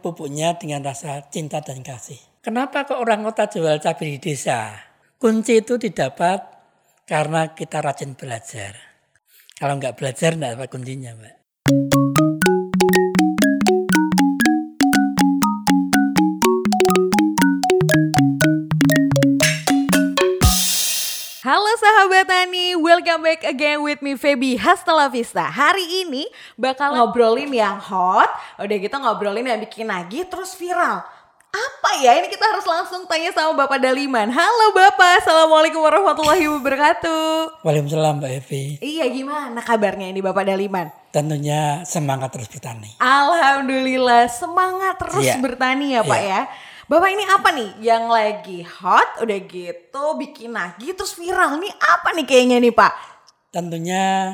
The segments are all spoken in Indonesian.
pupuknya dengan rasa cinta dan kasih. Kenapa kok orang kota jual cabai di desa? Kunci itu didapat karena kita rajin belajar. Kalau nggak belajar nggak dapat kuncinya, Mbak. Halo sahabat Tani, welcome back again with me Feby. Hasta la vista. Hari ini bakal ngobrolin yang hot, udah gitu ngobrolin yang bikin nagih terus viral. Apa ya? Ini kita harus langsung tanya sama Bapak Daliman. Halo Bapak, Assalamualaikum warahmatullahi wabarakatuh. Waalaikumsalam Mbak Evi. Iya, gimana kabarnya ini Bapak Daliman? Tentunya semangat terus bertani. Alhamdulillah, semangat terus bertani ya Pak ya. Bapak ini apa nih yang lagi hot, udah gitu bikin nagih terus viral nih, apa nih kayaknya nih Pak? Tentunya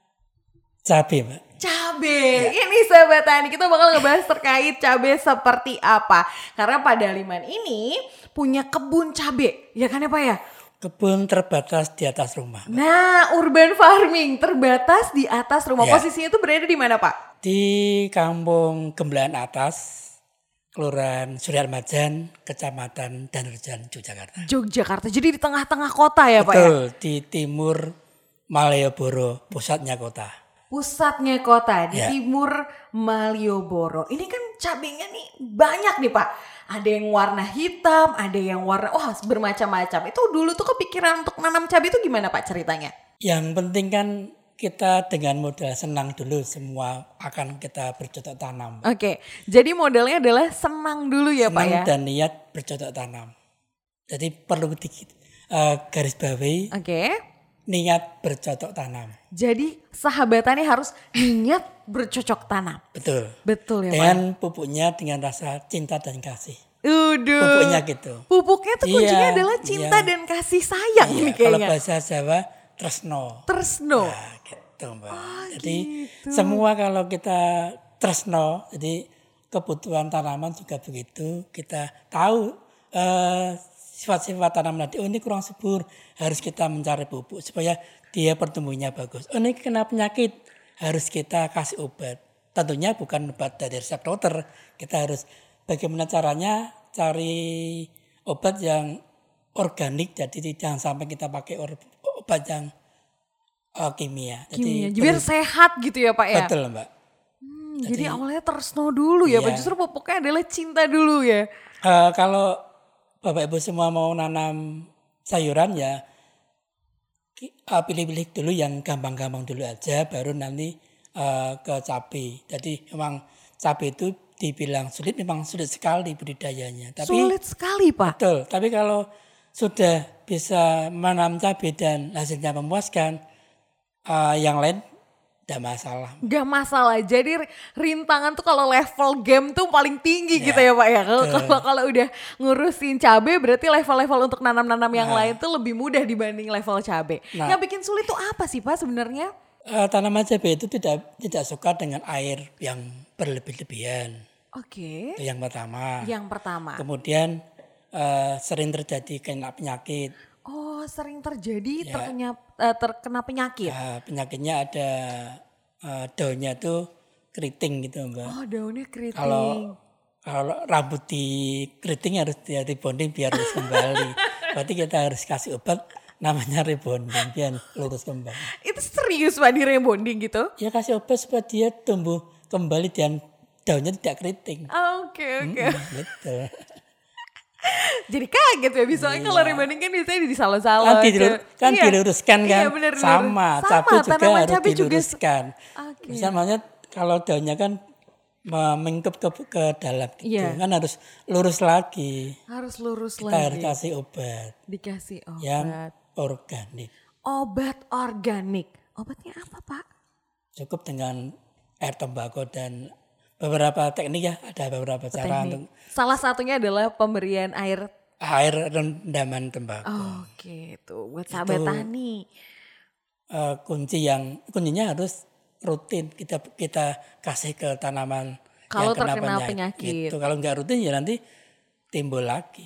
cabai, Mbak. Cabai, ini sahabat Tani kita bakal ngebahas terkait cabai seperti apa. Karena Pak Daliman ini punya kebun cabai, ya kan ya Pak ya? Kebun terbatas di atas rumah, Mbak. Nah, urban farming terbatas di atas rumah. Ya. Posisinya itu berada di mana Pak? Di Kampung Gembelaan Atas, Kelurahan Suryatmajan, Kecamatan Danrejan, Yogyakarta. Yogyakarta, jadi di tengah-tengah kota ya Pak ya? Betul, di timur Malioboro, pusatnya kota. Pusatnya kota di Ya. timur Malioboro. Ini kan cabenya nih banyak nih Pak. Ada yang warna hitam, ada yang warna bermacam-macam. Itu dulu tuh kepikiran untuk nanam cabai itu gimana Pak ceritanya? Yang penting kan kita dengan modal senang dulu semua akan kita bercocok tanam. Oke, jadi modalnya adalah senang dulu ya Pak ya? Senang dan niat bercocok tanam. Jadi perlu garis bawahi Oke. niat bercocok tanam. Jadi sahabatannya harus niat bercocok tanam. Betul. Betul ya Pak? Dengan pupuknya dengan rasa cinta dan kasih. Udah. Pupuknya gitu. Pupuknya tuh kuncinya Iya, adalah cinta iya. dan kasih sayang Iya, nih kalau kayaknya. bahasa Jawa tresno. Tresno. Nah, gitu Mbak. Jadi gitu. semua kalau kita tresno, jadi kebutuhan tanaman juga begitu. Kita tahu sifat-sifat tanaman nanti, oh ini kurang subur, harus kita mencari pupuk supaya dia pertumbuhannya bagus. Oh ini kena penyakit, harus kita kasih obat. Tentunya bukan obat dari resep dokter. Kita harus bagaimana caranya cari obat yang organik, jadi jangan sampai kita pakai obat yang kimia. Kimia. Biar sehat gitu ya Pak ya? Betul Mbak. Jadi awalnya tresno dulu ya Pak, Iya. justru pupuknya adalah cinta dulu ya? Kalau Bapak Ibu semua mau nanam sayuran ya pilih-pilih dulu yang gampang-gampang dulu aja, baru nanti ke cabai. Jadi memang cabai itu dibilang sulit, memang sulit sekali budidayanya. Tapi Sulit sekali Pak. betul, tapi kalau sudah bisa menanam cabai dan hasilnya memuaskan, yang lain tidak masalah. Gak masalah, jadi rintangan tuh kalau level game tuh paling tinggi gitu ya Pak ya. Kalau udah ngurusin cabai berarti level-level untuk nanam-nanam yang lain tuh lebih mudah dibanding level cabai. Nah. Yang bikin sulit tuh apa sih Pak sebenarnya? Tanaman cabai itu tidak suka dengan air yang berlebih-lebihan. Oke. Itu yang pertama. Yang pertama. Kemudian sering terjadi kena penyakit. Oh, sering terjadi Ya. terkena penyakit. Penyakitnya ada daunnya tuh keriting gitu Mbak. Oh, daunnya keriting. Kalau rambut di keriting harus rebonding biar lurus kembali. Berarti kita harus kasih obat namanya rebonding biar lurus kembali. Itu serius Pak di rebonding gitu? Ya kasih obat supaya dia tumbuh kembali dan daunnya tidak keriting. Oke. Betul. Jadi kaget ya, misalnya kalau rebonding kan biasanya di salon-salon. Diluruskan kan. Iya, bener. Sama, cabai juga tanaman harus cabai juga diluruskan. Oke. Misalnya kalau daunnya kan mengikup ke dalam gitu, Iya. kan harus lurus lagi. Harus lurus Kita harus lagi. kasih obat Dikasih obat. yang organik. Obat organik. Obatnya apa Pak? Cukup dengan air tembakau dan beberapa teknik ya, ada beberapa cara untuk Salah satunya adalah pemberian air. air rendaman tembakau. Oke, tuh buat sahabat tani. Kuncinya harus rutin kita kasih ke tanaman Kalau yang kena terkena penyakit. Gitu. Kalau nggak rutin ya nanti timbul lagi.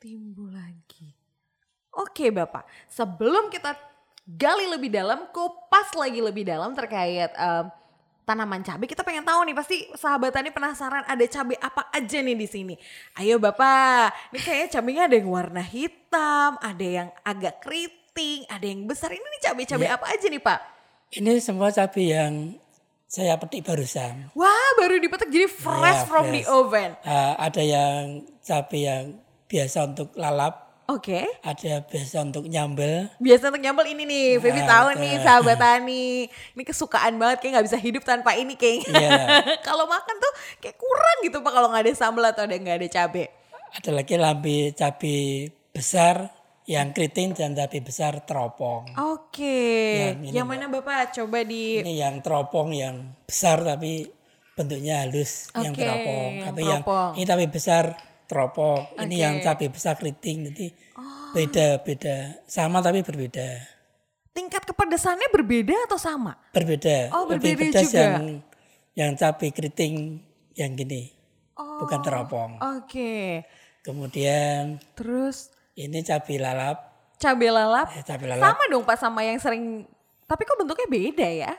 Oke Bapak, sebelum kita gali lebih dalam, kupas lagi lebih dalam terkait tanaman cabai, kita pengen tahu nih, pasti sahabat tani penasaran ada cabai apa aja nih di sini. Ayo Bapak, ini kayaknya cabainya ada yang warna hitam, ada yang agak keriting, ada yang besar. Ini nih cabai-cabai apa aja nih Pak? Ini semua cabai yang saya petik barusan. Wah, baru dipetik jadi fresh from the oven. Ada yang cabai yang biasa untuk lalap. Oke. Ada biasa untuk nyambel. Biasa untuk nyambel ini nih, Feby tahu nih sahabat tani. Ini kesukaan banget, kayak gak bisa hidup tanpa ini kayaknya. Yeah. Kalau makan tuh kayak kurang gitu Pak kalau gak ada sambal atau gak ada cabai. Ada lagi cabai besar yang keriting dan cabai besar teropong. Oke. Yang mana Bapak? Coba di... Ini yang teropong yang besar tapi bentuknya halus. Yang teropong. Tapi teropong. Ini cabai besar teropong. Ini yang cabai besar keriting. Jadi beda-beda. Sama tapi berbeda. Tingkat kepedesannya berbeda atau sama? Berbeda. Oh, lebih berbeda pedas juga. yang cabai keriting yang gini. Bukan teropong. Oke. Kemudian terus ini cabai lalap. Cabai lalap. Cabai lalap. Sama dong Pak sama yang sering, tapi kok bentuknya beda ya?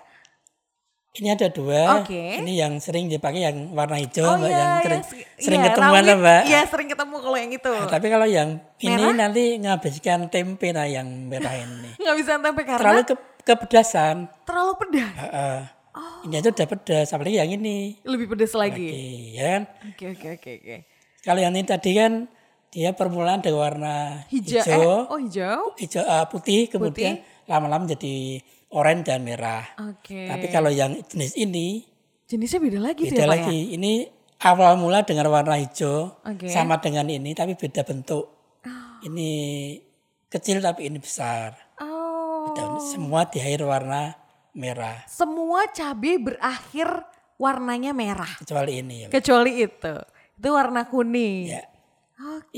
Ini ada dua. Oke. Ini yang sering dipakai yang warna hijau, Mbak, iya, yang sering ketemuan rawit, Mbak. Iya, sering ketemu kalau yang itu. Nah, tapi kalau yang ini merah? nanti ngabiskan tempe yang merah ini. Nggak bisa tempe karena Terlalu kepedasan. terlalu pedas. Ini aja udah pedas, apalagi yang ini. Lebih pedas lagi. Ya kan? Oke. Kalau yang ini tadi kan dia permulaan dari warna hijau. Hijau. Hijau putih, kemudian lama-lama jadi oranye dan merah. Oke. Tapi kalau yang jenis ini jenisnya beda lagi beda tuh ya, lagi. Pak ya? Ini awal mula dengan warna hijau Oke. sama dengan ini tapi beda bentuk. Ini kecil tapi ini besar. Beda, semua di akhir warna merah. Semua cabai berakhir warnanya merah. Kecuali ini ya. Kecuali itu. Itu warna kuning. Ya. Oke.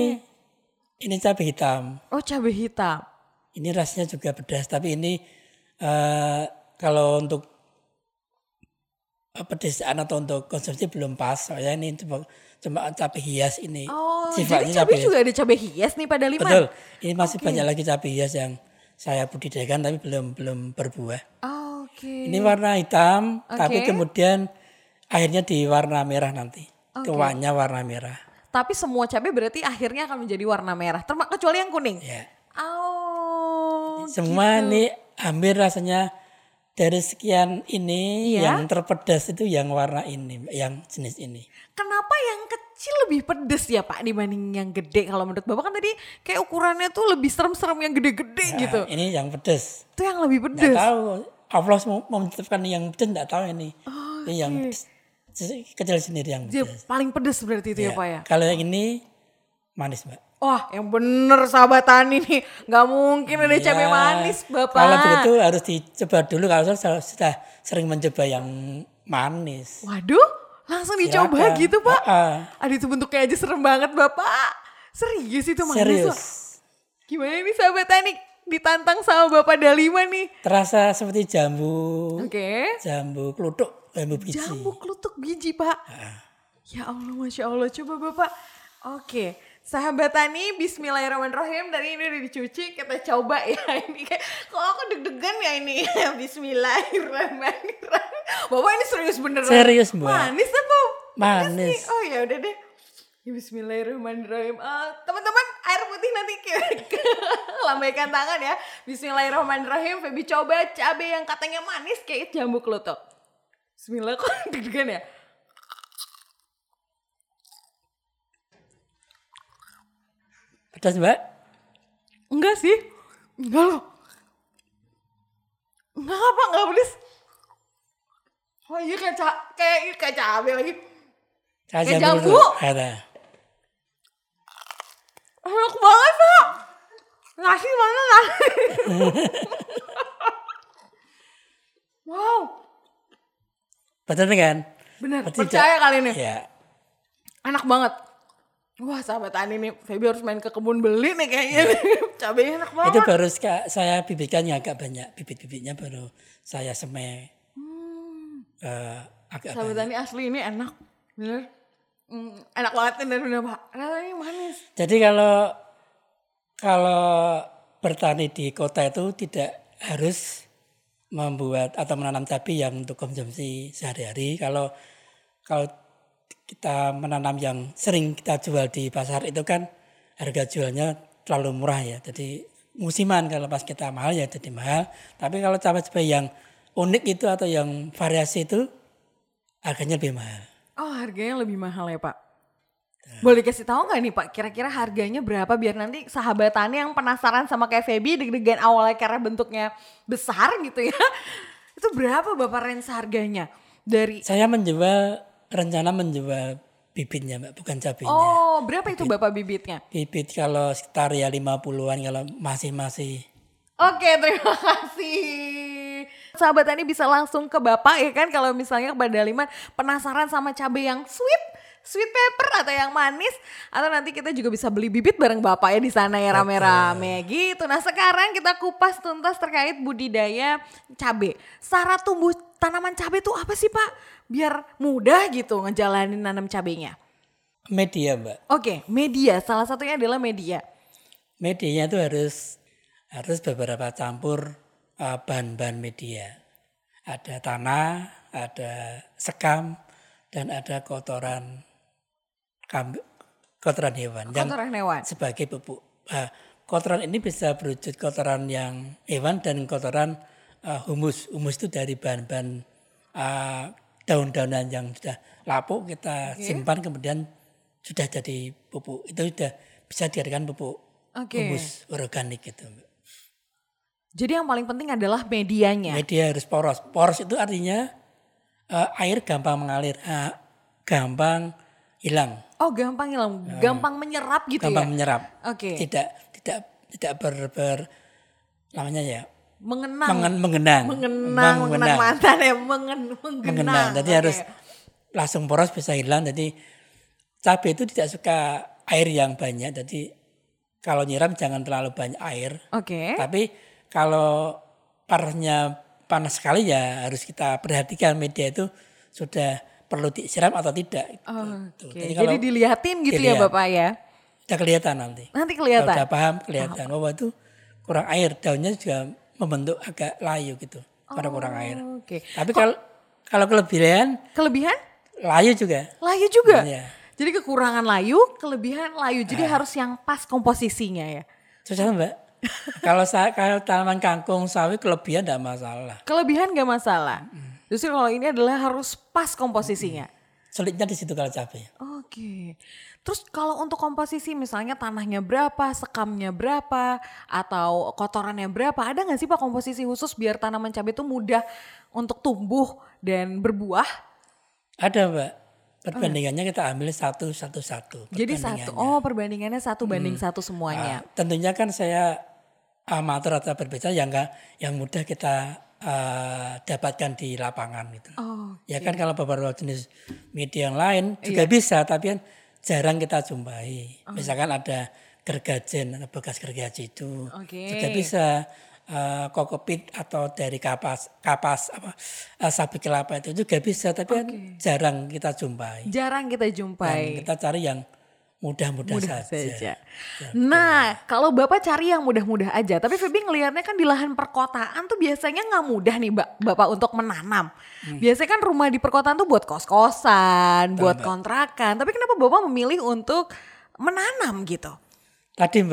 Ini cabai hitam. Oh, cabai hitam. Ini rasanya juga pedas tapi ini kalau untuk pedesaan atau untuk konsumsi belum pas. Soalnya ini cuma cabai hias ini. Oh, sifatnya jadi cabai juga ada cabai hias nih pada Daliman. Betul. Ini masih banyak lagi cabai hias yang saya budidayakan tapi belum berbuah. Oke. Ini warna hitam tapi kemudian akhirnya di warna merah nanti. Kewannya warna merah. Tapi semua cabai berarti akhirnya akan menjadi warna merah. Kecuali yang kuning. Ya. gitu. Semua ini hampir rasanya dari sekian ini yang terpedas itu yang warna ini, yang jenis ini. Kenapa yang kecil lebih pedes ya Pak dibanding yang gede? Kalau menurut Bapak kan tadi kayak ukurannya tuh lebih serem-serem yang gede-gede gitu. Ini yang pedes. Itu yang lebih pedes. Nggak tahu. Allah mau menetapkan yang pedes nggak tahu ini. Ini yang pedes. Kecil sendiri yang Dia pedes. paling pedes berarti itu ya Pak ya? Kalau yang ini manis Mbak. Wah yang bener sahabat tani nih. Gak mungkin ada cabai manis Bapak. Kalau begitu harus dicoba dulu kalau sudah sering mencoba yang manis. Waduh langsung dicoba Silakan. gitu Pak. Aduh itu bentuknya aja serem banget Bapak. Serius itu manis Serius. Pak? Gimana nih sahabat tani? Ditantang sama Bapak Daliman nih. Terasa seperti jambu. Jambu kluthuk, jambu biji. Jambu kluthuk biji Pak. Ya Allah Masya Allah. Coba Bapak. Oke. Sahabat tani, bismillahirrahmanirrahim. Tadi ini udah dicuci, kita coba ya. Ini kayak, kok aku deg-degan ya ini. Bismillahirrahmanirrahim. Bapak ini serius beneran. Serius Mbak. Manis apa? Manis. Oh ya udah deh. Bismillahirrahmanirrahim. Teman-teman, air putih nanti lambaikan tangan ya. Bismillahirrahmanirrahim. Feby coba cabai yang katanya manis kayak jambu kluthuk. Bismillah, kok deg-degan ya? Pedas Mbak? Enggak sih. Enggak loh. Enggak apa, enggak pedes. Oh iya kayak cabai lagi. Kayak jambu. Enak banget Pak. Nasi mana nasi? Wow. Betul kan? Benar, Berarti percaya kali ini. Ya. Enak banget. Wah sahabat tani nih, Feby harus main ke kebun beli nih kayaknya. Cabainya enak banget. Itu baru saya bibitkan yang agak banyak. Bibit-bibitnya baru saya semai. Agak sahabat tani asli ini enak. Bener. Enak banget bener Pak. Rasanya manis. Jadi kalau bertani di kota itu tidak harus membuat atau menanam cabai yang untuk konsumsi sehari-hari. Kalau kita menanam yang sering kita jual di pasar itu kan harga jualnya terlalu murah ya. Jadi musiman, kalau pas kita mahal ya jadi mahal. Tapi kalau cabai-cabai yang unik itu atau yang variasi itu harganya lebih mahal. Oh, harganya lebih mahal ya Pak. Boleh kasih tahu nggak nih Pak, kira-kira harganya berapa biar nanti sahabat tani yang penasaran sama kayak Feby deg-degan awalnya karena bentuknya besar gitu ya. Itu berapa Bapak range harganya? Saya rencana menjual bibitnya Mbak, bukan cabainya. Oh, berapa itu Bapak bibitnya? Bibit kalau sekitar ya 50-an kalau masih. Oke, terima kasih. Sahabat tani bisa langsung ke Bapak ya kan kalau misalnya kepada Daliman penasaran sama cabai yang sweet pepper atau yang manis, atau nanti kita juga bisa beli bibit bareng Bapak ya di sana ya rame-rame gitu. Nah, sekarang kita kupas tuntas terkait budidaya cabai. Syarat tumbuh tanaman cabai itu apa sih Pak? Biar mudah gitu ngejalanin nanam cabainya. Media Mbak. Oke, media. Salah satunya adalah media. Medianya itu harus beberapa campur bahan-bahan media. Ada tanah, ada sekam, dan ada kotoran hewan. Kotoran hewan. Sebagai pupuk. Kotoran ini bisa berwujud kotoran yang hewan dan kotoran humus. Humus itu dari bahan-bahan daun-daunan yang sudah lapuk kita simpan kemudian sudah jadi pupuk. Itu sudah bisa dijadikan pupuk humus organik gitu. Jadi yang paling penting adalah medianya. Media harus poros. Poros itu artinya air gampang mengalir, gampang hilang. Oh, gampang hilang, gampang menyerap gitu gampang ya? Menyerap. Oke. Tidak namanya ya. Mengenang mantan ya, menggenang. Jadi harus langsung poros bisa hilang. Jadi cabai itu tidak suka air yang banyak. Jadi kalau nyiram jangan terlalu banyak air. Oke. Tapi kalau parahnya panas sekali ya harus kita perhatikan media itu sudah perlu disiram atau tidak. Jadi dilihatin gitu ya Bapak ya? Udah kelihatan nanti. Nanti kelihatan? Kalau udah paham kelihatan. Oh itu kurang air. Daunnya juga membentuk agak layu gitu. Karena kurang air. Tapi kalau kelebihan? Kelebihan? Layu juga. Layu juga? Ya. Jadi kekurangan layu, kelebihan layu. Jadi harus yang pas komposisinya ya? Susah Mbak. Kalau tanaman kangkung sawi kelebihan tidak masalah. Kelebihan nggak masalah. Justru kalau ini adalah harus pas komposisinya. Sulitnya di situ kalau cabai. Oke. Terus kalau untuk komposisi misalnya tanahnya berapa, sekamnya berapa, atau kotorannya berapa, ada nggak sih Pak komposisi khusus biar tanaman cabai itu mudah untuk tumbuh dan berbuah? Ada Mbak. Perbandingannya kita ambil satu. Jadi perbandingannya 1:1 semuanya. Tentunya kan saya amatir atau berbicara yang mudah kita dapatkan di lapangan gitu. Ya kan kalau beberapa jenis media yang lain juga bisa, tapi kan jarang kita jumpai. Misalkan ada gergajen, ada bekas gergaji itu juga bisa. Kokopit atau dari kapas sabit kelapa itu juga bisa, tapi kan jarang kita jumpai. Dan kita cari yang mudah-mudah saja. Nah, kalau Bapak cari yang mudah-mudah aja, tapi Feby ngelihatnya kan di lahan perkotaan tuh biasanya nggak mudah nih Bapak untuk menanam. Biasanya kan rumah di perkotaan tuh buat kos-kosan, buat kontrakan. Tapi kenapa Bapak memilih untuk menanam gitu? Tadi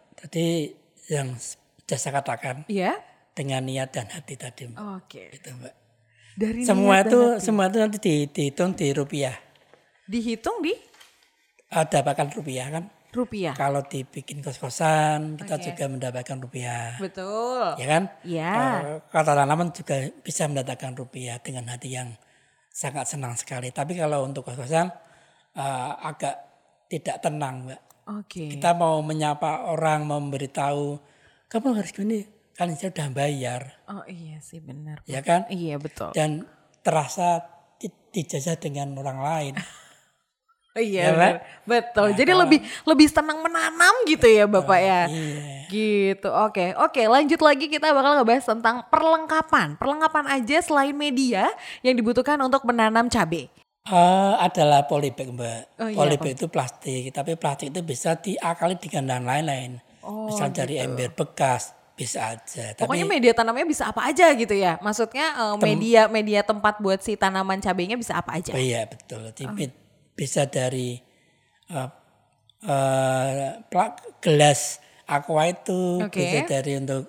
yang saya katakan dengan niat dan hati tadi. Gitu, Mbak. Dari semua itu nanti dihitung di rupiah. Dihitung di? Dapatkan rupiah kan. Rupiah. Kalau dibikin kos-kosan kita juga mendapatkan rupiah. Betul. Ya kan? Iya. Kata tanaman juga bisa mendatangkan rupiah dengan hati yang sangat senang sekali. Tapi kalau untuk kos-kosan agak tidak tenang, Mbak. Kita mau menyapa orang, mau memberitahu kamu harus gini, kan saya udah bayar. Oh iya sih benar. Ya kan? Iya betul. Dan terasa dijajah dengan orang lain. Iya ya, betul. Nah, jadi lebih senang menanam gitu ya Bapak ya. Iya. Gitu. Oke, lanjut lagi kita bakal ngebahas tentang perlengkapan. Perlengkapan aja selain media yang dibutuhkan untuk menanam cabai. Adalah polybag Mbak. Polybag itu plastik, tapi plastik itu bisa diakali dengan lain-lain. Misal dari ember bekas, Bisa aja. Pokoknya Tapi media tanamnya bisa apa aja gitu ya. Maksudnya media tempat buat si tanaman cabenya bisa apa aja. oh iya betul. Bisa dari eh, gelas aqua itu, Oke. bisa dari untuk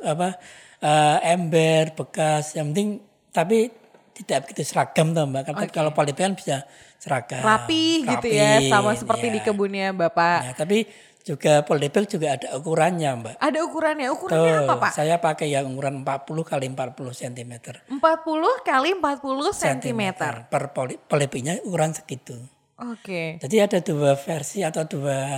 ember bekas. Yang penting tapi tidak begitu seragam tuh Mbak. Karena kalau polybag kan bisa seragam. Rapi gitu ya, sama seperti di ya. kebunnya Bapak. Nah, tapi juga polybag juga ada ukurannya Mbak. Ada ukurannya apa Pak? Saya pakai yang ukuran 40 kali 40 cm. 40 kali 40 cm. Per polybagnya ukuran segitu. Oke. Jadi ada dua versi atau dua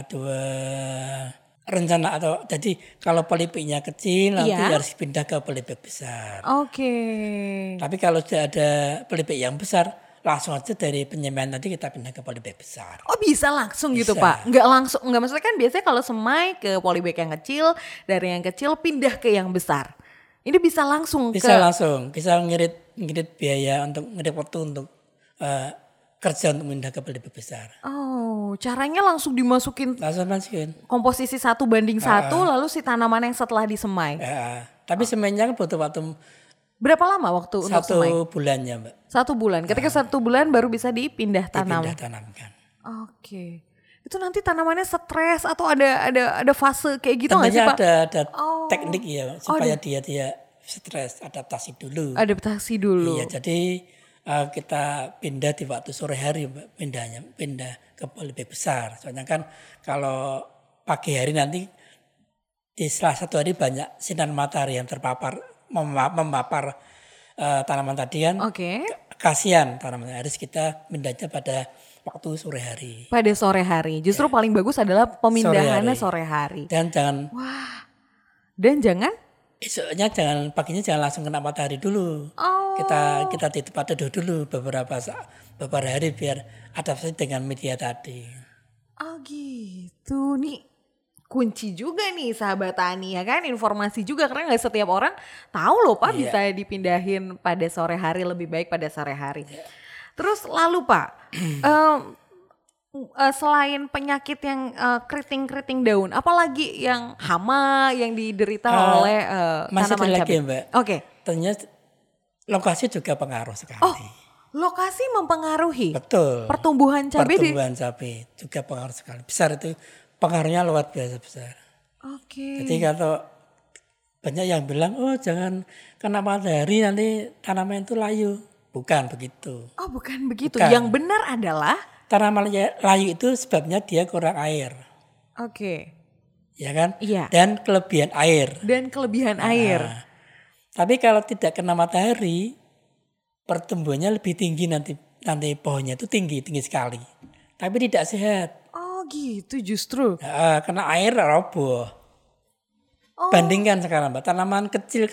rencana atau jadi kalau polybagnya kecil nanti harus pindah ke polybag besar. Oke. Tapi kalau sudah ada polybag yang besar langsung aja dari penyemaian nanti kita pindah ke polybag besar. Oh bisa langsung gitu Bisa. Pak? Nggak maksudnya kan biasanya kalau semai ke polybag yang kecil, dari yang kecil pindah ke yang besar. Ini bisa langsung Bisa langsung, bisa ngirit biaya untuk ngirit waktu untuk kerja untuk pindah ke polybag besar. Oh, caranya langsung dimasukin Langsung masukin. komposisi 1:1 lalu si tanaman yang setelah disemai. Tapi semainya kan butuh waktu Berapa lama waktu untuk semai? 1 bulannya Mbak. 1 bulan. Ketika 1 bulan baru bisa dipindah tanam. Dipindah tanamkan. Oke. Itu nanti tanamannya stres atau ada fase kayak gitu nggak sih Tentunya Pak? ada teknik ya supaya dia stres, adaptasi dulu. Adaptasi dulu. Iya, jadi kita pindah di waktu sore hari Mbak, pindah ke polybag besar. Soalnya kan kalau pagi hari nanti di salah satu hari banyak sinar matahari yang terpapar memapar tanaman tadi kan. Oke. Kasihan tanaman, harus kita pindahnya pada waktu sore hari. Pada sore hari. Justru paling bagus adalah pemindahannya sore hari. Dan jangan Dan jangan esoknya paginya jangan langsung kena matahari dulu. Kita tutup dulu beberapa hari biar adaptasi dengan media tadi. Oh gitu. Nih kunci juga nih sahabat tani ya kan, informasi juga karena nggak setiap orang tahu loh Pak bisa dipindahin pada sore hari, lebih baik pada sore hari. Terus lalu Pak, selain penyakit yang keriting-keriting daun, apalagi yang hama yang diderita oleh masih tanaman ada lagi cabai? ya Mbak. Oke. Ternyata lokasi juga pengaruh sekali. Oh, lokasi mempengaruhi. Betul. Pertumbuhan cabai cabai juga pengaruh sekali. Besar itu pengaruhnya luar biasa besar. Oke. Jadi kalau banyak yang bilang, oh jangan kena matahari nanti tanaman itu layu. Bukan begitu. Oh bukan begitu. Bukan. Yang benar adalah tanaman layu itu sebabnya dia kurang air. Oke. Ya kan? Iya. Dan kelebihan air. Air. Tapi kalau tidak kena matahari, pertumbuhannya lebih tinggi nanti pohonnya itu tinggi sekali. Tapi tidak sehat. Oh gitu justru. Kena air roboh. Bandingkan sekarang Mbak, tanaman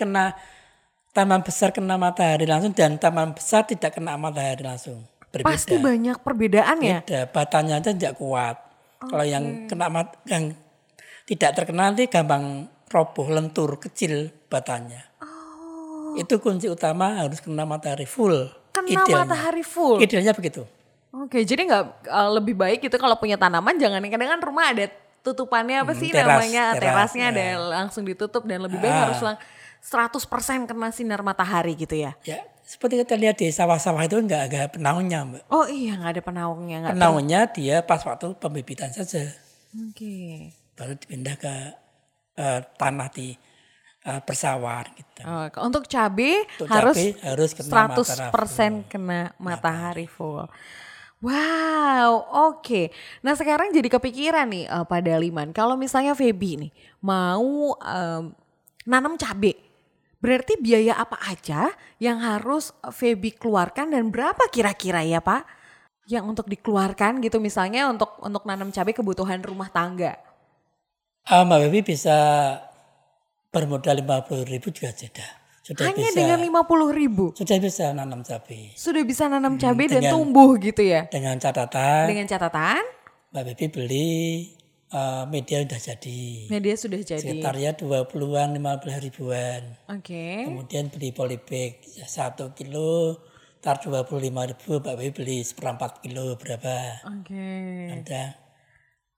besar kena matahari langsung dan tanaman besar tidak kena matahari langsung. Berbeda. Pasti banyak perbedaan ya. Beda, batanya aja tidak kuat. Kalau yang yang tidak terkena nanti gampang roboh, lentur, kecil batanya. Itu kunci utama, harus kena matahari full. Matahari full. Idealnya begitu. Oke, jadi nggak lebih baik gitu kalau punya tanaman jangan kadang-kadang rumah ada tutupannya apa sih namanya terasnya ada langsung ditutup dan lebih baik harus 100% kena sinar matahari gitu ya. Ya, seperti kita lihat di sawah-sawah itu nggak ada penaungnya Mbak. Oh iya nggak ada penaungnya. Penaungnya dia pas waktu pembibitan saja. Oke. Baru dipindah ke tanah di persawahan gitu. Untuk cabai harus kena 100% kena matahari full. Wow, oke. Nah sekarang jadi kepikiran nih Pak Daliman, kalau misalnya Feby nih mau nanam cabai, berarti biaya apa aja yang harus Feby keluarkan dan berapa kira-kira ya Pak? Yang untuk dikeluarkan gitu misalnya untuk nanam cabai kebutuhan rumah tangga. Mbak Feby bisa bermodal 50.000 juga sudah Hanya bisa, dengan 50.000? Sudah bisa nanam cabai. Sudah bisa nanam cabai dan tumbuh gitu ya? Dengan catatan Mbak Feby beli media sudah jadi. Media sudah jadi. Sekitar ya 20-an, 15 ribuan. Oke. Kemudian beli polybag 1 kilo, tar 25.000, Mbak Feby beli 1/4 kilo berapa. Oke. Ada.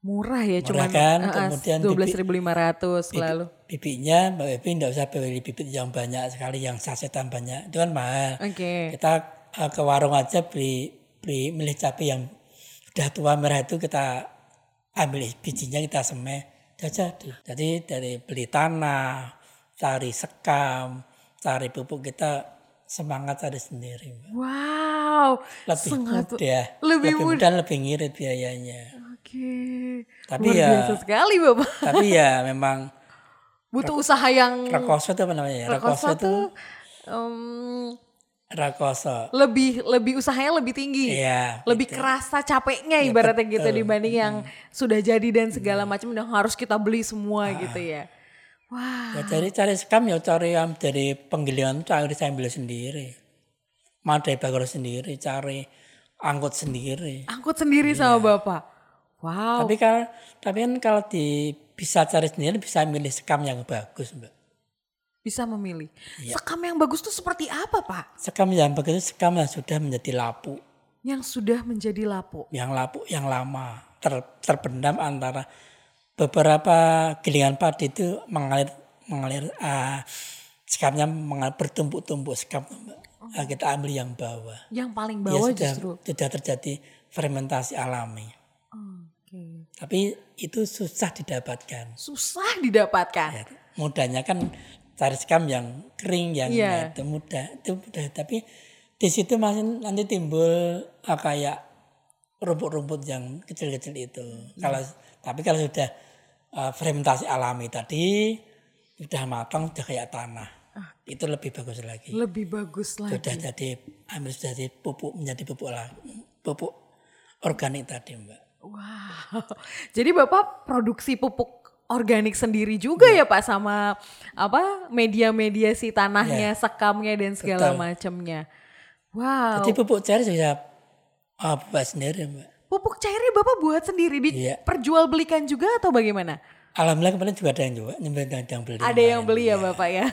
Murah ya, Murah cuman kan, kemudian 12.500 lalu. bibitnya Mbak Evi nggak usah beli bibit yang banyak sekali, yang sasetan banyak, itu kan mahal. Oke. Kita ke warung aja beli milih cabai yang udah tua merah itu kita ambil bijinya kita semai, udah jadi. Jadi dari beli tanah, cari sekam, cari pupuk, kita semangat cari sendiri, Mbak. Wow. Lebih mudah, Lebih mudah, lebih ngirit biayanya. Oke. Tapi Luar ya, biasa sekali Bapak. tapi ya memang Butuh usaha yang rekoso itu apa namanya? rekoso Rekoso itu tuh rekoso. lebih usahanya lebih tinggi. Iya. Lebih gitu. kerasa capeknya Ya, ibaratnya gitu betul. dibanding yang sudah jadi dan segala macam yang harus kita beli semua gitu ya. Wah. Ya cari sekam ya cari yang dari penggilingan cari saya ambil sendiri. Madai bakar sendiri, cari angkut sendiri. Angkut sendiri sama Bapak. Wow. Tapi kan kalau bisa cari sendiri bisa milih sekam yang bagus, Mbak. Bisa memilih. Iya. Sekam yang bagus tuh seperti apa Pak? Sekam yang bagus itu sekam yang sudah menjadi lapuk. Yang sudah menjadi lapuk. Yang lapuk yang lama terpendam antara beberapa gilingan padi itu mengalir sekamnya bertumpuk-tumpuk sekam, Mbak. Kita ambil yang bawah. Yang paling Dia bawah sudah justru. terjadi fermentasi alami. Oke. Tapi itu susah didapatkan. Susah didapatkan. Ya, mudahnya kan cari sekam yang kering, yang Iya. itu mudah. Tapi di situ masih nanti timbul kayak rumput-rumput yang kecil-kecil itu. Tapi kalau sudah fermentasi alami tadi sudah matang, sudah kayak tanah. Itu lebih bagus lagi. Lebih bagus lagi. Sudah jadi pupuk, menjadi pupuk organik tadi, Mbak. Wow. Jadi Bapak produksi pupuk organik sendiri juga ya Pak sama media-media si tanahnya, sekamnya dan segala macamnya. Wow. Jadi pupuk cair juga buat sendiri, Mbak. Pupuk cairnya Bapak buat sendiri diperjualbelikan juga atau bagaimana? Alhamdulillah kemarin juga ada yang juga yang beli. Ada yang beli ya Bapak ya.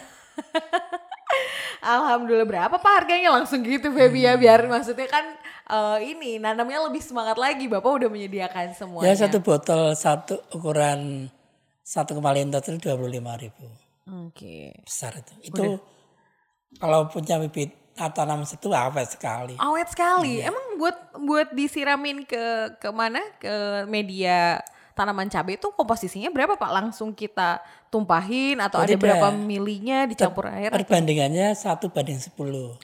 Alhamdulillah. Berapa Pak harganya langsung gitu Feby ya, biar maksudnya kan nanamnya lebih semangat lagi. Bapak udah menyediakan semuanya. Ya satu botol ukuran 1,5 liter itu 25.000. Oke. Besar itu. Itu kalau punya bibit tanam situ awet sekali. Awet sekali. Emang buat disiramin ke mana? Ke media tanaman cabai itu komposisinya berapa Pak? Langsung kita tumpahin atau ada berapa milinya dicampur air? Perbandingannya 1:10.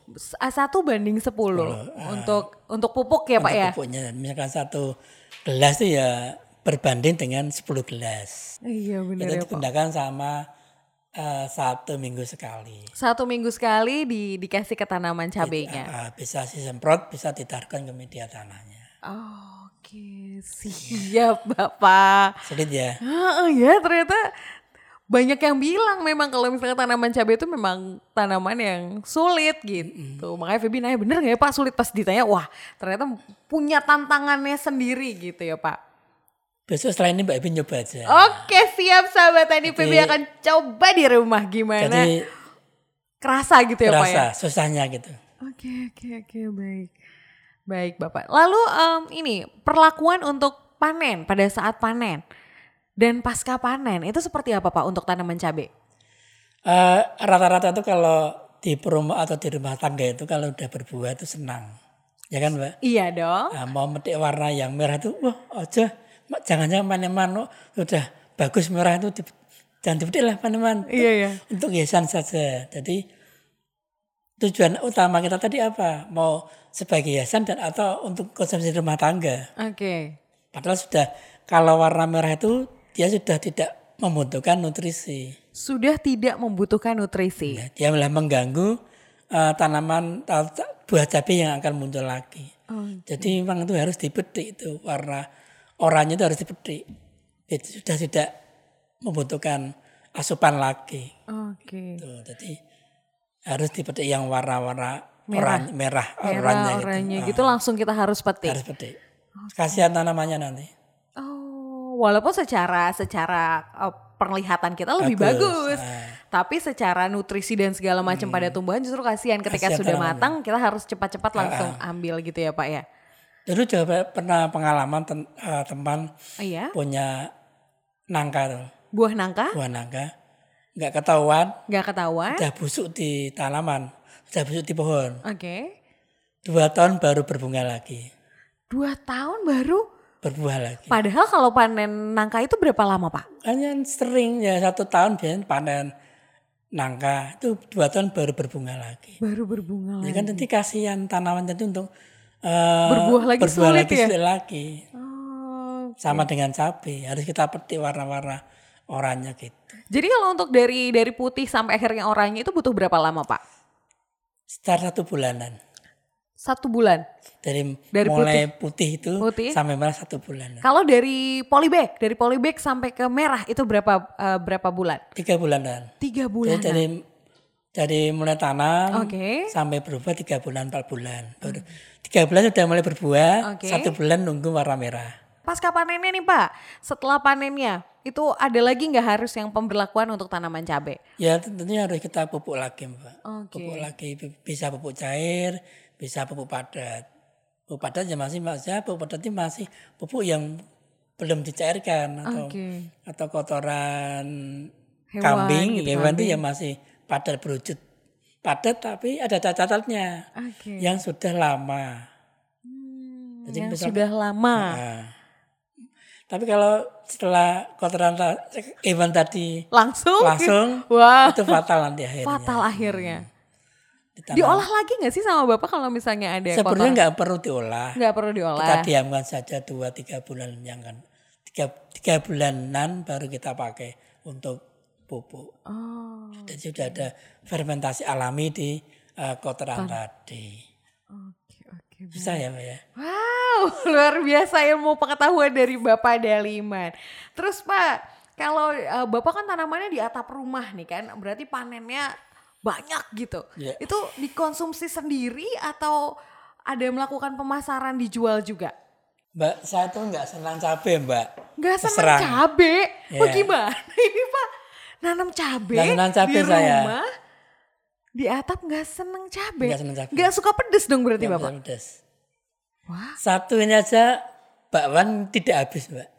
1:10 untuk pupuk ya Pak ya? Untuk pupuknya. Misalkan 1 gelas itu ya berbanding dengan 10 gelas. Iya benar itu ya Pak. digunakan sama 1 minggu sekali. 1 minggu sekali dikasih ke tanaman cabainya. Bisa disemprot, bisa ditaruhkan ke media tanahnya. Oke, siap Bapak. Sulit ya? Ya ternyata banyak yang bilang memang kalau misalnya tanaman cabai itu memang tanaman yang sulit gitu. Makanya Feby nanya bener gak ya Pak sulit, pas ditanya wah ternyata punya tantangannya sendiri gitu ya Pak. Besok setelah ini Mbak Evi nyoba aja. Oke siap sahabat, tadi Feby akan coba di rumah gimana. Jadi kerasa gitu ya Pak ya. Susahnya gitu. Oke baik. Baik Bapak. Lalu ini perlakuan untuk panen pada saat panen dan pasca panen itu seperti apa Pak untuk tanaman cabai? Rata-rata tuh kalau di perumahan atau di rumah tangga itu kalau udah berbuah itu senang. Ya kan Mbak? Iya dong. Mau metik warna yang merah itu wah aja. Jangan-jangan paneman udah bagus merah itu jangan dipetik lah paneman. Iya. Untuk hiasan saja. Jadi tujuan utama kita tadi apa? Mau sebagai hiasan dan atau untuk konsumsi rumah tangga. Oke. Padahal sudah kalau warna merah itu dia sudah tidak membutuhkan nutrisi. Sudah tidak membutuhkan nutrisi. Ya, dia malah mengganggu tanaman buah cabai yang akan muncul lagi. Jadi memang itu harus dipetik itu warna oranye itu harus dipetik. Itu sudah tidak membutuhkan asupan lagi. Oke. Jadi harus dipetik yang warna-warna merah oranye gitu langsung kita harus petik. Harus petik. Kasihan tanamannya nanti. Walaupun secara penglihatan kita lebih bagus. Tapi secara nutrisi dan segala macam pada tumbuhan justru kasihan ketika sudah matang kita harus cepat-cepat langsung ambil gitu ya Pak ya. Dulu juga pernah pengalaman teman Oh iya? punya nangka tuh. Buah nangka? Buah nangka. Nggak ketahuan, Nggak ketahuan? sudah busuk di tanaman, sudah busuk di pohon. Oke. 2 tahun baru berbunga lagi, 2 tahun baru? berbuah lagi. Padahal kalau panen nangka itu berapa lama Pak? Hanya sering ya 1 tahun biasanya panen nangka itu 2 tahun baru berbunga lagi. Baru berbunga Ya lagi. kan nanti kasihan tanaman itu untuk Berbuah lagi sulit ya? sulit lagi. Oh. Sama dengan cabai, harus kita petik warna-warna oranye gitu. Jadi kalau untuk dari putih sampai akhirnya oranye itu butuh berapa lama Pak? Sekitar 1 bulanan. 1 bulan. Dari Dari mulai putih itu Putih. sampai merah 1 bulan. Kalau dari polybag sampai ke merah itu berapa bulan? 3 bulanan. 3 bulan. Jadi dari mulai tanam Oke. sampai berubah 3 bulan 4 bulan. Baru 3 bulan sudah mulai berbuah, Oke. 1 bulan nunggu warna merah. Pasca panennya nih Pak, setelah panennya itu ada lagi nggak harus yang pemberlakuan untuk tanaman cabai? Ya tentunya harus kita pupuk lagi Mbak. Oke. Pupuk lagi, bisa pupuk cair, bisa pupuk padat. Pupuk padat ya masih pupuk padat itu masih pupuk yang belum dicairkan atau kotoran Hewan kambing, gitu, hewan itu kambing. ya masih padat berwujud padat tapi ada cacatnya Oke. yang sudah lama. Jadi Yang misalkan- sudah lama. Nah, tapi kalau setelah kotoran hewan tadi Langsung? itu Wah, fatal nanti akhirnya. fatal akhirnya. Ditanam. Diolah lagi nggak sih sama Bapak kalau misalnya ada Sebenarnya kotoran? nggak perlu diolah. Nggak perlu diolah. Kita diamkan saja 2-3 bulan yang kan 3 bulanan baru kita pakai untuk pupuk. Oh, Jadi sudah ada fermentasi alami di kotoran tadi. oke. Bisa ya Pak ya? Wow, luar biasa ilmu pengetahuan dari Bapak Daliman. Terus Pak, kalau Bapak kan tanamannya di atap rumah nih kan, berarti panennya banyak gitu. Iya. Itu dikonsumsi sendiri atau ada melakukan pemasaran dijual juga? Mbak, saya tuh nggak senang cabai Mbak. Nggak Terus senang terang. cabe? Iya. Bagaimana ini Pak? Nanam cabe Nggak senang cabe di saya. rumah, di atap nggak seneng cabe? Nggak senang cabai. Nggak suka pedes dong berarti Nggak Bapak? bisa pedas. Wah, Satu ini aja bakwan tidak habis Mbak.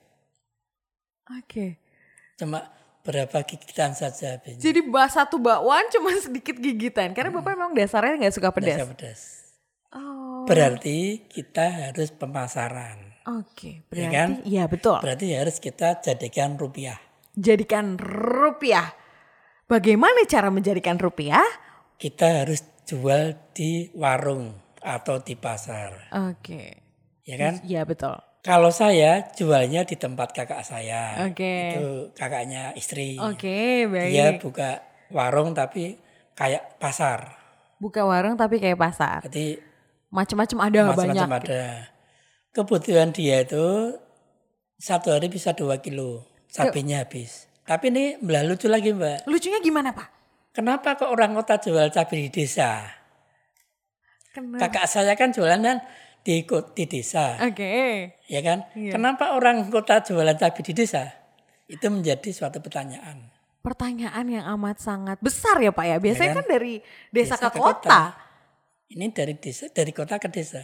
oke. Cuma berapa gigitan saja habisnya. Jadi satu bakwan cuma sedikit gigitan karena Bapak memang dasarnya nggak suka Nggak pedas. bisa pedas. Oh, Berarti kita harus pemasaran. oke. Ya kan? Berarti iya betul. Berarti harus kita jadikan rupiah. Jadikan rupiah. Bagaimana cara menjadikan rupiah? Kita harus jual di warung atau di pasar. Oke. Ya kan? Iya betul. Kalau saya jualnya di tempat kakak saya. Oke. Itu kakaknya istri. Oke, baik. Dia buka warung tapi kayak pasar. Buka warung tapi kayak pasar. Jadi Macam-macam ada banyak. macam-macam ada. Kebutuhan dia itu 1 hari bisa 2 kilo. Cabenya habis. Tapi ini belah lucu lagi Mbak. Lucunya gimana Pak? Kenapa kok orang kota jual cabai di desa? Kenapa? Kakak saya kan jualan kan di desa. Oke. Ya kan? Iya. Kenapa orang kota jualan cabai di desa? Itu menjadi suatu pertanyaan. Pertanyaan yang amat sangat besar ya Pak ya. Biasanya Ya kan? kan dari desa Desa ke ke kota. Ini dari desa, dari kota ke desa.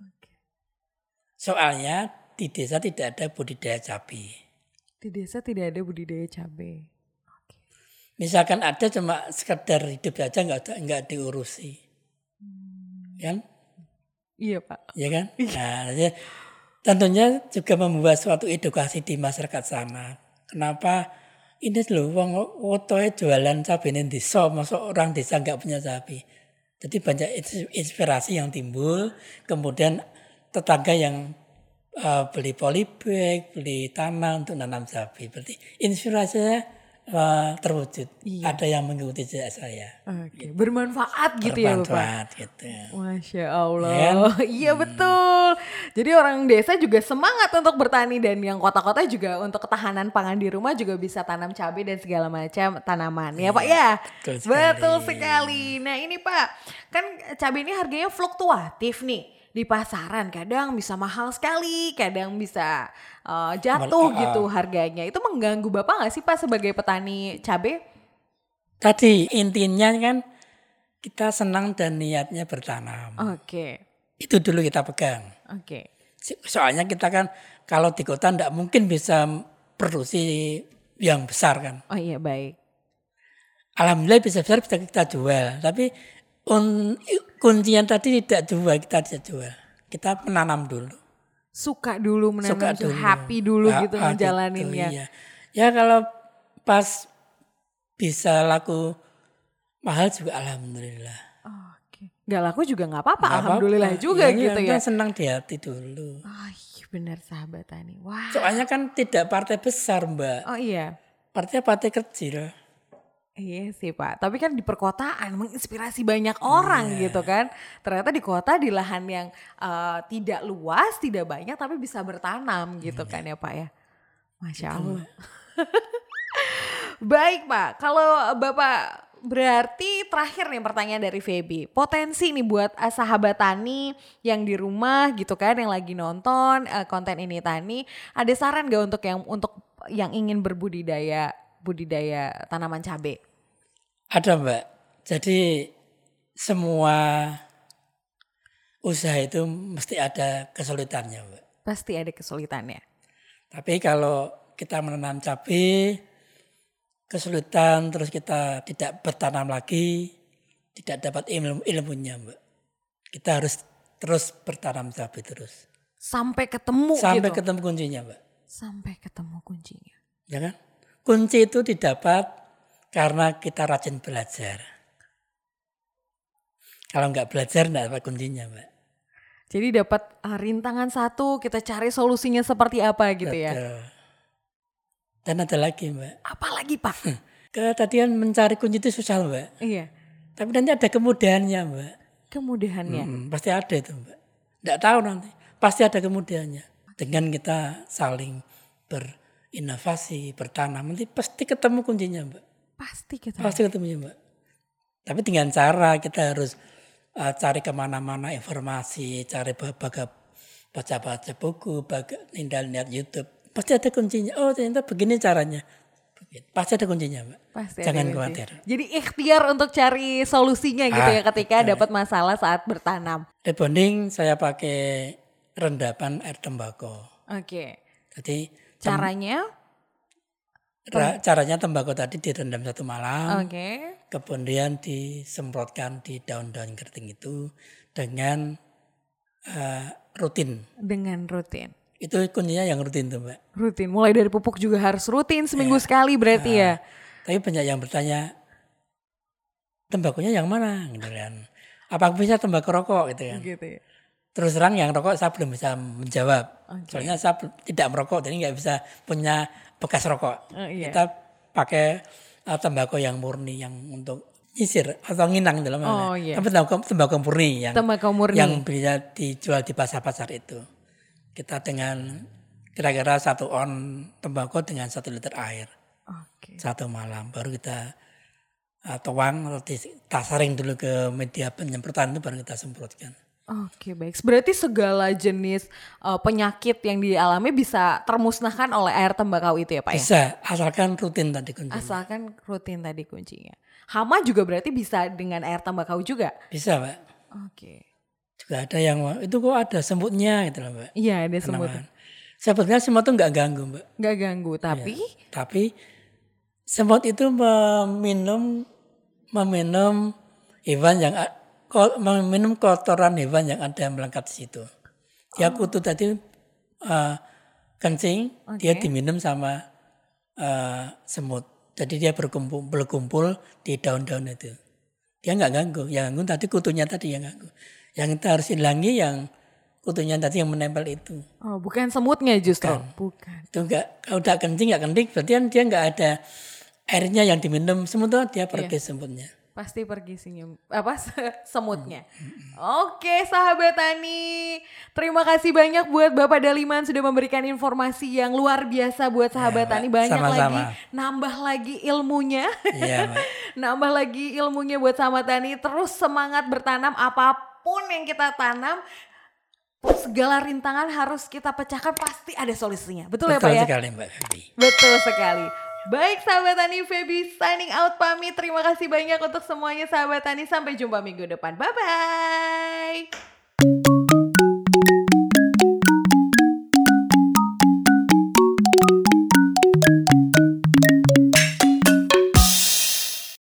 Soalnya di desa tidak ada budidaya cabai. Di desa tidak ada budidaya cabai. Misalkan ada cuma sekedar hidup saja nggak diurusi. Kan? Iya Pak. Ya kan? Nah, jadi tentunya juga membuat suatu edukasi di masyarakat sana. Kenapa ini loh wong otoe jualan cabai ning desa, masa orang desa nggak punya cabai. Jadi banyak inspirasi yang timbul, kemudian tetangga yang beli polybag, beli tanah untuk nanam cabai. Berarti inspirasinya terwujud. Iya. Ada yang mengikuti jejak saya. Oke, bermanfaat gitu ya Bapak. Bermanfaat gitu. Masya Allah, Ya kan? iya betul. Jadi orang desa juga semangat untuk bertani dan yang kota-kota juga untuk ketahanan pangan di rumah juga bisa tanam cabai dan segala macam tanaman ya Pak ya. betul sekali. Betul sekali. Nah ini Pak, kan cabai ini harganya fluktuatif nih di pasaran. Kadang bisa mahal sekali, kadang bisa jatuh gitu harganya. Itu mengganggu Bapak nggak sih Pak sebagai petani cabai? Tadi intinya kan kita senang dan niatnya bertanam. Oke, Itu dulu kita pegang. oke. Soalnya kita kan kalau di kota enggak mungkin bisa produksi yang besar kan. Oh iya, baik. Alhamdulillah bisa besar bisa kita jual. Tapi kuncinya tadi tidak jual, kita tidak jual. Kita menanam dulu. Suka dulu menanam, happy dulu gitu ngejalaninnya. Gitu, iya. Ya kalau pas bisa laku mahal juga alhamdulillah. Oke. Gak laku juga gak apa-apa, alhamdulillah juga iya, gitu ya. Senang di hati dulu. Oh iya benar sahabat Tani. Wah. Soalnya kan tidak partai besar Mbak. Oh iya. Partai kecil. Iya sih Pak, tapi kan di perkotaan menginspirasi banyak orang gitu kan. Ternyata di kota di lahan yang tidak luas, tidak banyak tapi bisa bertanam gitu kan ya Pak ya. Masya Allah. Baik Pak, kalau Bapak berarti terakhir nih pertanyaan dari Feby. Potensi nih buat sahabat Tani yang di rumah gitu kan, yang lagi nonton konten ini Tani. Ada saran gak untuk yang ingin budidaya tanaman cabai? Ada Mbak, jadi semua usaha itu mesti ada kesulitannya Mbak. Pasti ada kesulitannya. Tapi kalau kita menanam cabai, kesulitan terus kita tidak bertanam lagi, tidak dapat ilmunya Mbak. Kita harus terus bertanam cabai terus. Sampai ketemu Sampai gitu? Ketemu kuncinya Mbak. Sampai ketemu kuncinya. Ya kan? Kunci itu didapat karena kita rajin belajar. Kalau nggak belajar nggak dapat kuncinya Mbak. Jadi dapat rintangan satu, kita cari solusinya seperti apa gitu. Betul. Ya. Dan ada lagi Mbak. Apa lagi Pak? Tadian mencari kunci itu susah Mbak. Iya. Tapi nanti ada kemudahannya Mbak. Kemudahannya? Pasti ada itu Mbak. Nggak tahu nanti. Pasti ada kemudahannya. Dengan kita saling berinovasi, bertanam. Nanti pasti ketemu kuncinya Mbak. Pasti ketemu Mbak. Tapi dengan cara kita harus cari kemana-mana informasi, cari baca-baca buku, lihat YouTube. Pasti ada kuncinya. Oh ternyata begini caranya. Pasti ada kuncinya Mbak. Jangan khawatir. Jadi ikhtiar untuk cari solusinya gitu ya ketika dapat masalah saat bertanam. Rebonding saya pakai rendapan air tembakau. Oke. Jadi caranya tembakau tadi direndam 1 malam. Oke. Kemudian disemprotkan di daun-daun keriting itu dengan rutin. Dengan rutin. Itu kuncinya yang rutin tuh Mbak. Rutin, mulai dari pupuk juga harus rutin seminggu sekali berarti ya. Tapi banyak yang bertanya, tembakunya yang mana? Gitu kan. Apa bisa tembakau rokok gitu kan. Gitu ya. Terus terang yang rokok saya belum bisa menjawab. Soalnya saya tidak merokok, jadi nggak bisa punya bekas rokok. Iya. Kita pakai tembakau yang murni yang untuk nyisir atau nginang dalam mana. Iya. Tapi tembakau murni yang bisa dijual di pasar-pasar itu. Kita dengan kira-kira 1 on tembakau dengan 1 liter air. 1 malam baru kita tuang atau kita saring dulu ke media penyemprotan itu baru kita semprotkan. Oke baik, berarti segala jenis penyakit yang dialami bisa termusnahkan oleh air tembakau itu ya Pak ya? Bisa, asalkan rutin tadi kuncinya. Hama juga berarti bisa dengan air tembakau juga? Bisa Pak. Oke. Juga ada yang, itu kok ada semutnya gitu loh Mbak. Iya ada semut. Sebetulnya semut itu gak ganggu Mbak. Gak ganggu, tapi? Ya, tapi semut itu meminum hewan yang meminum kotoran hewan yang ada melengkap di situ. Dia kutu tadi kencing, dia diminum sama semut. Jadi dia berkumpul di daun-daun itu. Dia nggak ganggu. Yang ganggu tadi kutunya tadi yang ganggu. Yang kita harus hilangi yang kutunya tadi yang menempel itu. Oh, bukan semutnya justru. Bukan. Itu enggak, kalau udah kencing nggak kencing, berarti kan dia nggak ada airnya yang diminum semut itu dia pergi semutnya. Pasti pergi semutnya. Oke sahabat Tani, terima kasih banyak buat Bapak Daliman sudah memberikan informasi yang luar biasa buat sahabat Tani. Banyak sama-sama. Nambah lagi ilmunya. Iya, nambah lagi ilmunya buat sahabat Tani. Terus semangat bertanam, apapun yang kita tanam, segala rintangan harus kita pecahkan, pasti ada solusinya. Betul ya Pak ya? Betul sekali Mbak Feby. Betul sekali. Baik sahabat Tani, Feby signing out pamit. Terima kasih banyak untuk semuanya sahabat Tani. Sampai jumpa minggu depan. Bye-bye.